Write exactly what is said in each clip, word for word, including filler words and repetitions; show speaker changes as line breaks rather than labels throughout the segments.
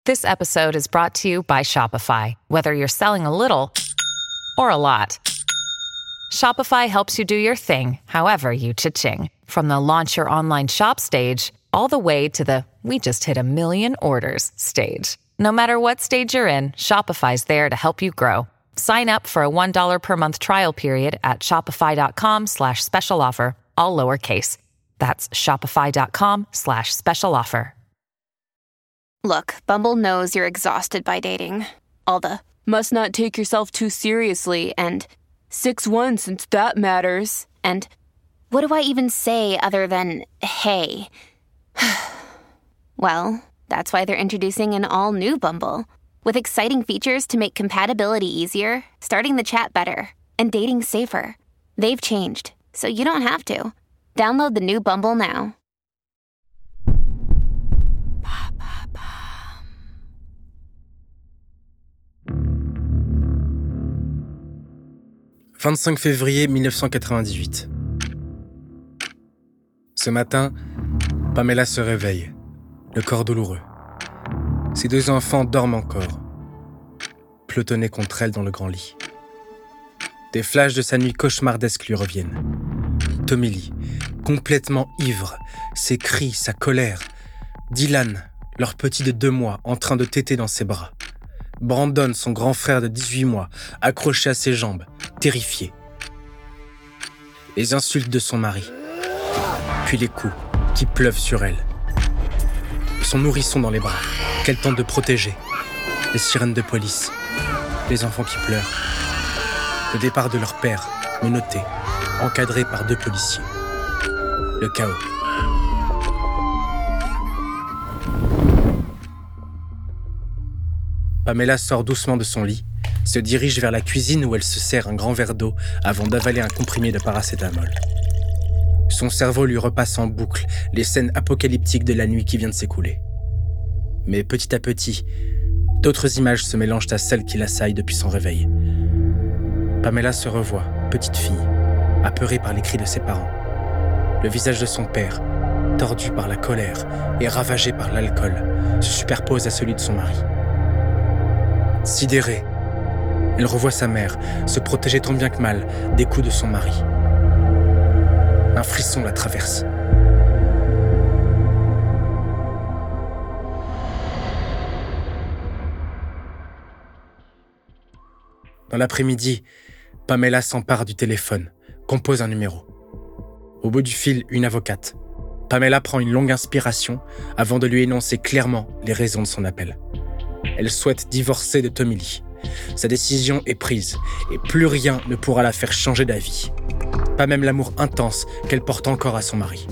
This episode is brought to you by Shopify. Whether you're selling a little or a lot, Shopify helps you do your thing, however you cha-ching. From the launch your online shop stage, all the way to the we just hit a million orders stage. No matter what stage you're in, Shopify's there to help you grow. Sign up for a one dollar per month trial period at shopify.com slash special offer, all lowercase. That's shopify.com slash special offer.
Look, Bumble knows you're exhausted by dating. All the, must not take yourself too seriously, and six one since that matters. And what do I even say other than, hey? Well, that's why they're introducing an all-new Bumble, with exciting features to make compatibility easier, starting the chat better, and dating safer. They've changed, so you don't have to. Download the new Bumble now.
vingt-cinq février mille neuf cent quatre-vingt-dix-huit. Ce matin, Pamela se réveille, le corps douloureux. Ses deux enfants dorment encore, pelotonnés contre elle dans le grand lit. Des flashs de sa nuit cauchemardesque lui reviennent. Tommy Lee, complètement ivre, ses cris, sa colère. Dylan, leur petit de deux mois, en train de téter dans ses bras. Brandon, son grand frère de dix-huit mois, accroché à ses jambes, terrifié. Les insultes de son mari, puis les coups qui pleuvent sur elle. Son nourrisson dans les bras, qu'elle tente de protéger. Les sirènes de police, les enfants qui pleurent. Le départ de leur père, menotté, encadré par deux policiers. Le chaos. Pamela sort doucement de son lit, se dirige vers la cuisine où elle se sert un grand verre d'eau avant d'avaler un comprimé de paracétamol. Son cerveau lui repasse en boucle les scènes apocalyptiques de la nuit qui vient de s'écouler. Mais petit à petit, d'autres images se mélangent à celles qui l'assaillent depuis son réveil. Pamela se revoit, petite fille, apeurée par les cris de ses parents. Le visage de son père, tordu par la colère et ravagé par l'alcool, se superpose à celui de son mari. Sidérée, elle revoit sa mère se protéger tant bien que mal des coups de son mari. Un frisson la traverse. Dans l'après-midi, Pamela s'empare du téléphone, compose un numéro. Au bout du fil, une avocate. Pamela prend une longue inspiration avant de lui énoncer clairement les raisons de son appel. Elle souhaite divorcer de Tommy Lee. Sa décision est prise et plus rien ne pourra la faire changer d'avis. Pas même l'amour intense qu'elle porte encore à son mari.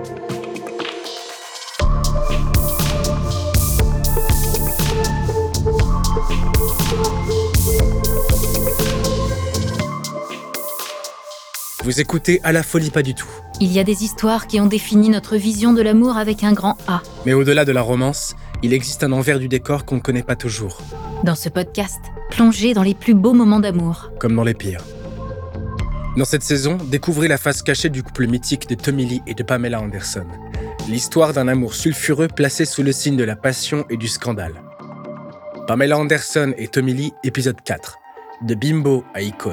Vous écoutez À la folie pas du tout.
Il y a des histoires qui ont défini notre vision de l'amour avec un grand A.
Mais au-delà de la romance, il existe un envers du décor qu'on ne connaît pas toujours.
Dans ce podcast, plongez dans les plus beaux moments d'amour.
Comme dans les pires. Dans cette saison, découvrez la face cachée du couple mythique de Tommy Lee et de Pamela Anderson. L'histoire d'un amour sulfureux placé sous le signe de la passion et du scandale. Pamela Anderson et Tommy Lee, épisode quatre. De bimbo à icône.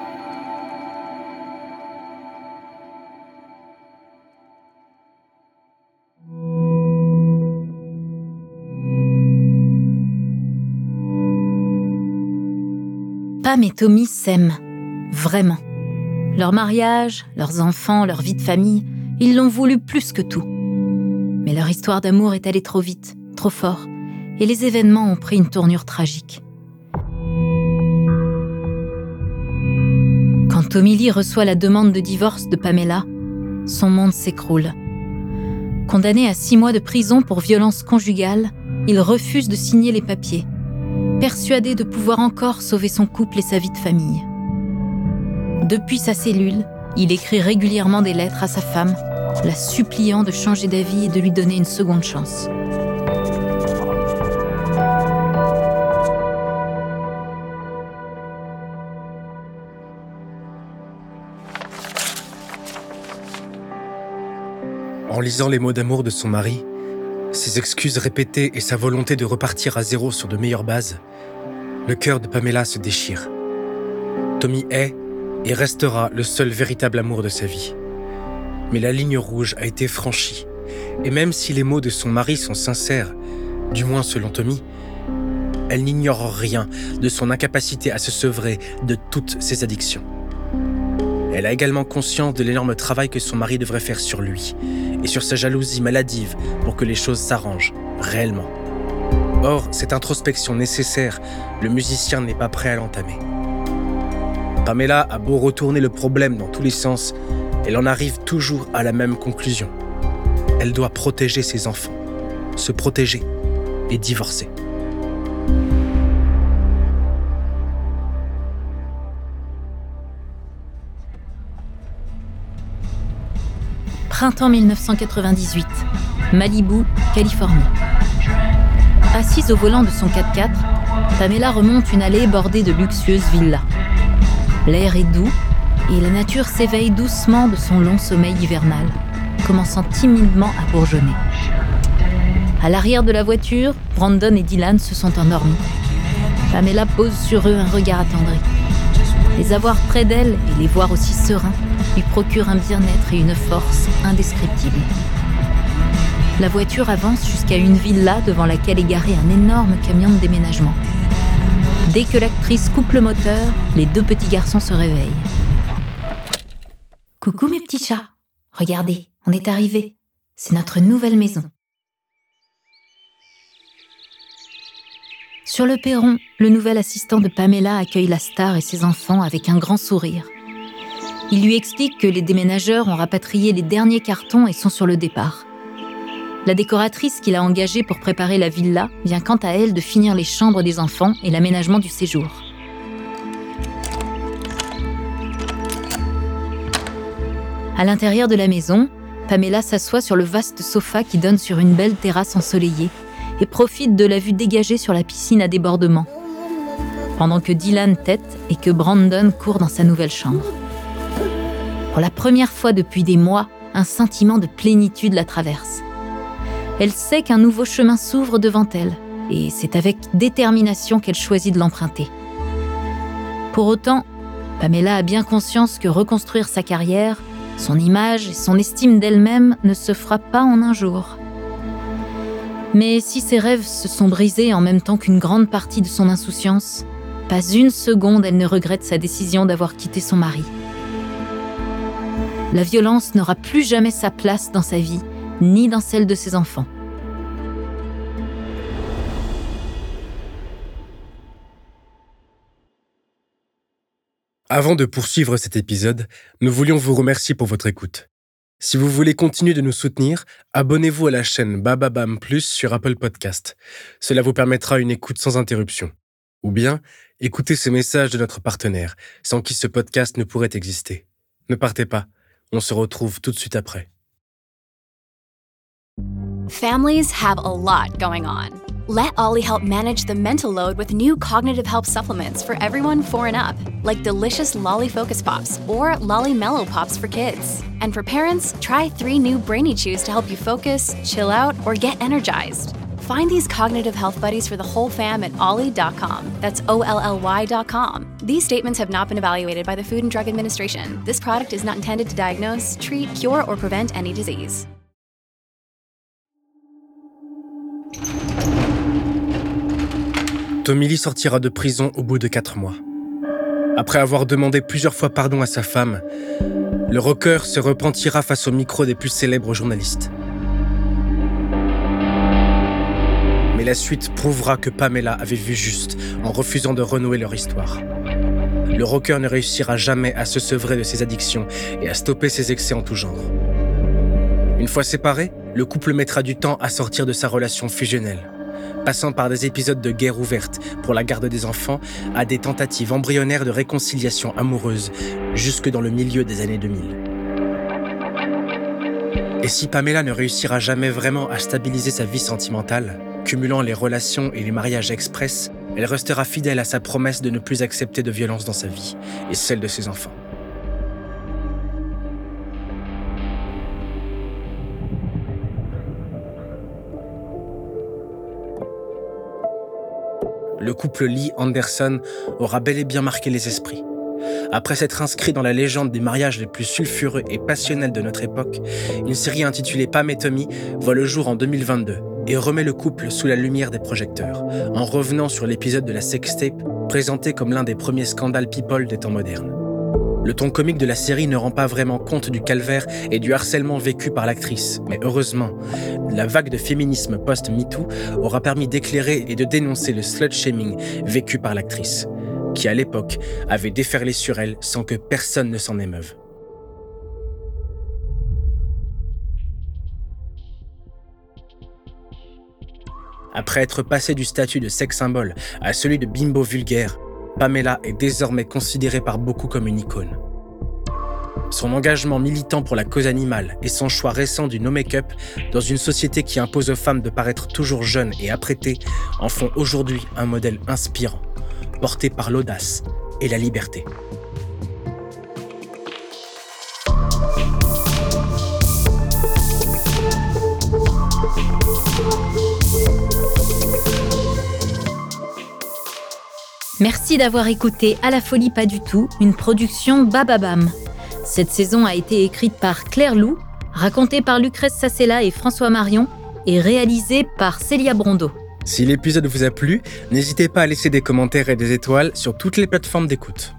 Pam et Tommy s'aiment, vraiment. Leur mariage, leurs enfants, leur vie de famille, ils l'ont voulu plus que tout. Mais leur histoire d'amour est allée trop vite, trop fort, et les événements ont pris une tournure tragique. Quand Tommy Lee reçoit la demande de divorce de Pamela, son monde s'écroule. Condamné à six mois de prison pour violence conjugale, il refuse de signer les papiers, persuadé de pouvoir encore sauver son couple et sa vie de famille. Depuis sa cellule, il écrit régulièrement des lettres à sa femme, la suppliant de changer d'avis et de lui donner une seconde chance.
En lisant les mots d'amour de son mari, Ses excuses répétées et sa volonté de repartir à zéro sur de meilleures bases, le cœur de Pamela se déchire. Tommy est et restera le seul véritable amour de sa vie. Mais la ligne rouge a été franchie. Et même si les mots de son mari sont sincères, du moins selon Tommy, elle n'ignore rien de son incapacité à se sevrer de toutes ses addictions. Elle a également conscience de l'énorme travail que son mari devrait faire sur lui et sur sa jalousie maladive pour que les choses s'arrangent réellement. Or, cette introspection nécessaire, le musicien n'est pas prêt à l'entamer. Pamela a beau retourner le problème dans tous les sens, elle en arrive toujours à la même conclusion. Elle doit protéger ses enfants, se protéger et divorcer.
Printemps mille neuf cent quatre-vingt-dix-huit, Malibu, Californie. Assise au volant de son quatre-quatre, Pamela remonte une allée bordée de luxueuses villas. L'air est doux et la nature s'éveille doucement de son long sommeil hivernal, commençant timidement à bourgeonner. À l'arrière de la voiture, Brandon et Dylan se sont endormis. Pamela pose sur eux un regard attendri. Les avoir près d'elle et les voir aussi sereins lui procure un bien-être et une force indescriptibles. La voiture avance jusqu'à une villa devant laquelle est garé un énorme camion de déménagement. Dès que l'actrice coupe le moteur, les deux petits garçons se réveillent. « Coucou mes petits chats, regardez, on est arrivés. C'est notre nouvelle maison. » Sur le perron, le nouvel assistant de Pamela accueille la star et ses enfants avec un grand sourire. Il lui explique que les déménageurs ont rapatrié les derniers cartons et sont sur le départ. La décoratrice qu'il a engagée pour préparer la villa vient quant à elle de finir les chambres des enfants et l'aménagement du séjour. À l'intérieur de la maison, Pamela s'assoit sur le vaste sofa qui donne sur une belle terrasse ensoleillée et profite de la vue dégagée sur la piscine à débordement, pendant que Dylan tète et que Brandon court dans sa nouvelle chambre. Pour la première fois depuis des mois, un sentiment de plénitude la traverse. Elle sait qu'un nouveau chemin s'ouvre devant elle, et c'est avec détermination qu'elle choisit de l'emprunter. Pour autant, Pamela a bien conscience que reconstruire sa carrière, son image et son estime d'elle-même ne se fera pas en un jour. Mais si ses rêves se sont brisés en même temps qu'une grande partie de son insouciance, pas une seconde elle ne regrette sa décision d'avoir quitté son mari. La violence n'aura plus jamais sa place dans sa vie, ni dans celle de ses enfants.
Avant de poursuivre cet épisode, nous voulions vous remercier pour votre écoute. Si vous voulez continuer de nous soutenir, abonnez-vous à la chaîne Bababam Plus sur Apple Podcast. Cela vous permettra une écoute sans interruption. Ou bien, écoutez ce message de notre partenaire, sans qui ce podcast ne pourrait exister. Ne partez pas, on se retrouve tout de suite après.
Families have a lot going on. Let Ollie help manage the mental load with new cognitive help supplements for everyone four and up, like delicious Lolly Focus Pops or Lolly Mellow Pops for kids. And for parents, try three new Brainy Chews to help you focus, chill out, or get energized. Find these cognitive health buddies for the whole fam at ollie dot com. That's O L L Y dot com. These statements have not been evaluated by the Food and Drug Administration. This product is not intended to diagnose, treat, cure, or prevent any disease.
Tommy Lee sortira de prison au bout de quatre mois. Après avoir demandé plusieurs fois pardon à sa femme, le rocker se repentira face au micro des plus célèbres journalistes. Mais la suite prouvera que Pamela avait vu juste en refusant de renouer leur histoire. Le rocker ne réussira jamais à se sevrer de ses addictions et à stopper ses excès en tout genre. Une fois séparés, le couple mettra du temps à sortir de sa relation fusionnelle, passant par des épisodes de guerre ouverte pour la garde des enfants à des tentatives embryonnaires de réconciliation amoureuse jusque dans le milieu des années deux mille. Et si Pamela ne réussira jamais vraiment à stabiliser sa vie sentimentale, cumulant les relations et les mariages express, elle restera fidèle à sa promesse de ne plus accepter de violence dans sa vie et celle de ses enfants. le couple Lee-Anderson aura bel et bien marqué les esprits. Après s'être inscrit dans la légende des mariages les plus sulfureux et passionnels de notre époque, une série intitulée Pam et Tommy voit le jour en deux mille vingt-deux et remet le couple sous la lumière des projecteurs, en revenant sur l'épisode de la sextape présenté comme l'un des premiers scandales people des temps modernes. Le ton comique de la série ne rend pas vraiment compte du calvaire et du harcèlement vécu par l'actrice, mais heureusement, la vague de féminisme post-MeToo aura permis d'éclairer et de dénoncer le slut-shaming vécu par l'actrice, qui à l'époque avait déferlé sur elle sans que personne ne s'en émeuve. Après être passée du statut de sex symbole à celui de bimbo vulgaire, Pamela est désormais considérée par beaucoup comme une icône. Son engagement militant pour la cause animale et son choix récent du no make-up dans une société qui impose aux femmes de paraître toujours jeunes et apprêtées en font aujourd'hui un modèle inspirant, porté par l'audace et la liberté.
Merci d'avoir écouté À la folie pas du tout, une production Bababam. Cette saison a été écrite par Claire Lou, racontée par Lucrèce Sassella et François Marion et réalisée par Célia Brondeau.
Si l'épisode vous a plu, n'hésitez pas à laisser des commentaires et des étoiles sur toutes les plateformes d'écoute.